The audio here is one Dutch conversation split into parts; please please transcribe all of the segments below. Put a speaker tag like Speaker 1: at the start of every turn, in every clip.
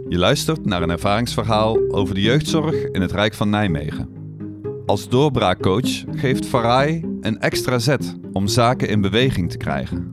Speaker 1: Je luistert naar een ervaringsverhaal over de jeugdzorg in het Rijk van Nijmegen. Als doorbraakcoach geeft Farai een extra zet om zaken in beweging te krijgen.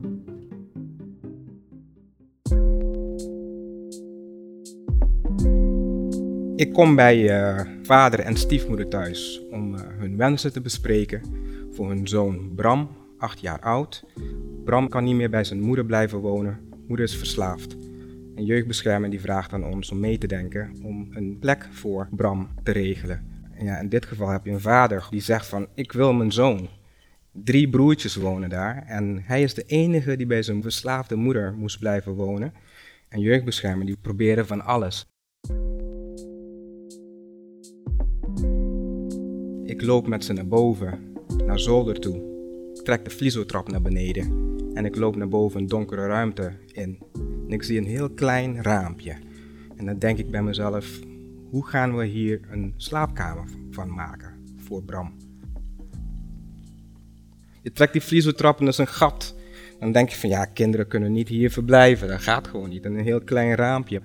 Speaker 2: Ik kom bij vader en stiefmoeder thuis om hun wensen te bespreken voor hun zoon Bram, 8 jaar oud. Bram kan niet meer bij zijn moeder blijven wonen. Moeder is verslaafd. Een jeugdbeschermer die vraagt aan ons om mee te denken om een plek voor Bram te regelen. En ja, in dit geval heb je een vader die zegt van ik wil mijn zoon. 3 broertjes wonen daar en hij is de enige die bij zijn verslaafde moeder moest blijven wonen. En jeugdbeschermer die proberen van alles. Ik loop met ze naar boven, naar zolder toe. Ik trek de vliezeltrap naar beneden en ik loop naar boven een donkere ruimte in. En ik zie een heel klein raampje. En dan denk ik bij mezelf, hoe gaan we hier een slaapkamer van maken voor Bram? Je trekt die vliezeltrap en dat is een gat. Dan denk je van ja, kinderen kunnen niet hier verblijven. Dat gaat gewoon niet. En een heel klein raampje.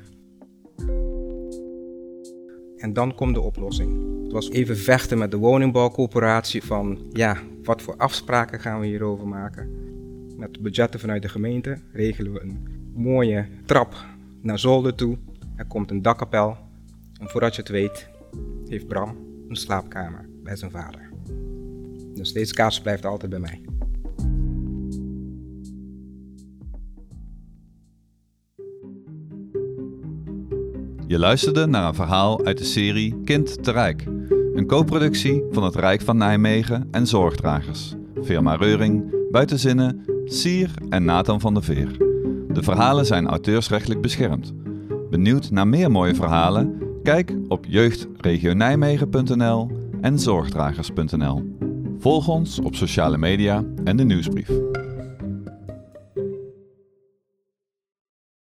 Speaker 2: En dan komt de oplossing. Het was even vechten met de woningbouwcoöperatie van ja, wat voor afspraken gaan we hierover maken. Met budgetten vanuit de gemeente regelen we een mooie trap naar zolder toe. Er komt een dakkapel. En voordat je het weet, heeft Bram een slaapkamer bij zijn vader. Dus deze kaas blijft altijd bij mij.
Speaker 1: Je luisterde naar een verhaal uit de serie Kind te Rijk. Een co-productie van het Rijk van Nijmegen en Zorgdragers. Firma Reuring, Buitenzinnen, Sier en Nathan van der Veer. De verhalen zijn auteursrechtelijk beschermd. Benieuwd naar meer mooie verhalen? Kijk op jeugdregionijmegen.nl en zorgdragers.nl. Volg ons op sociale media en de nieuwsbrief.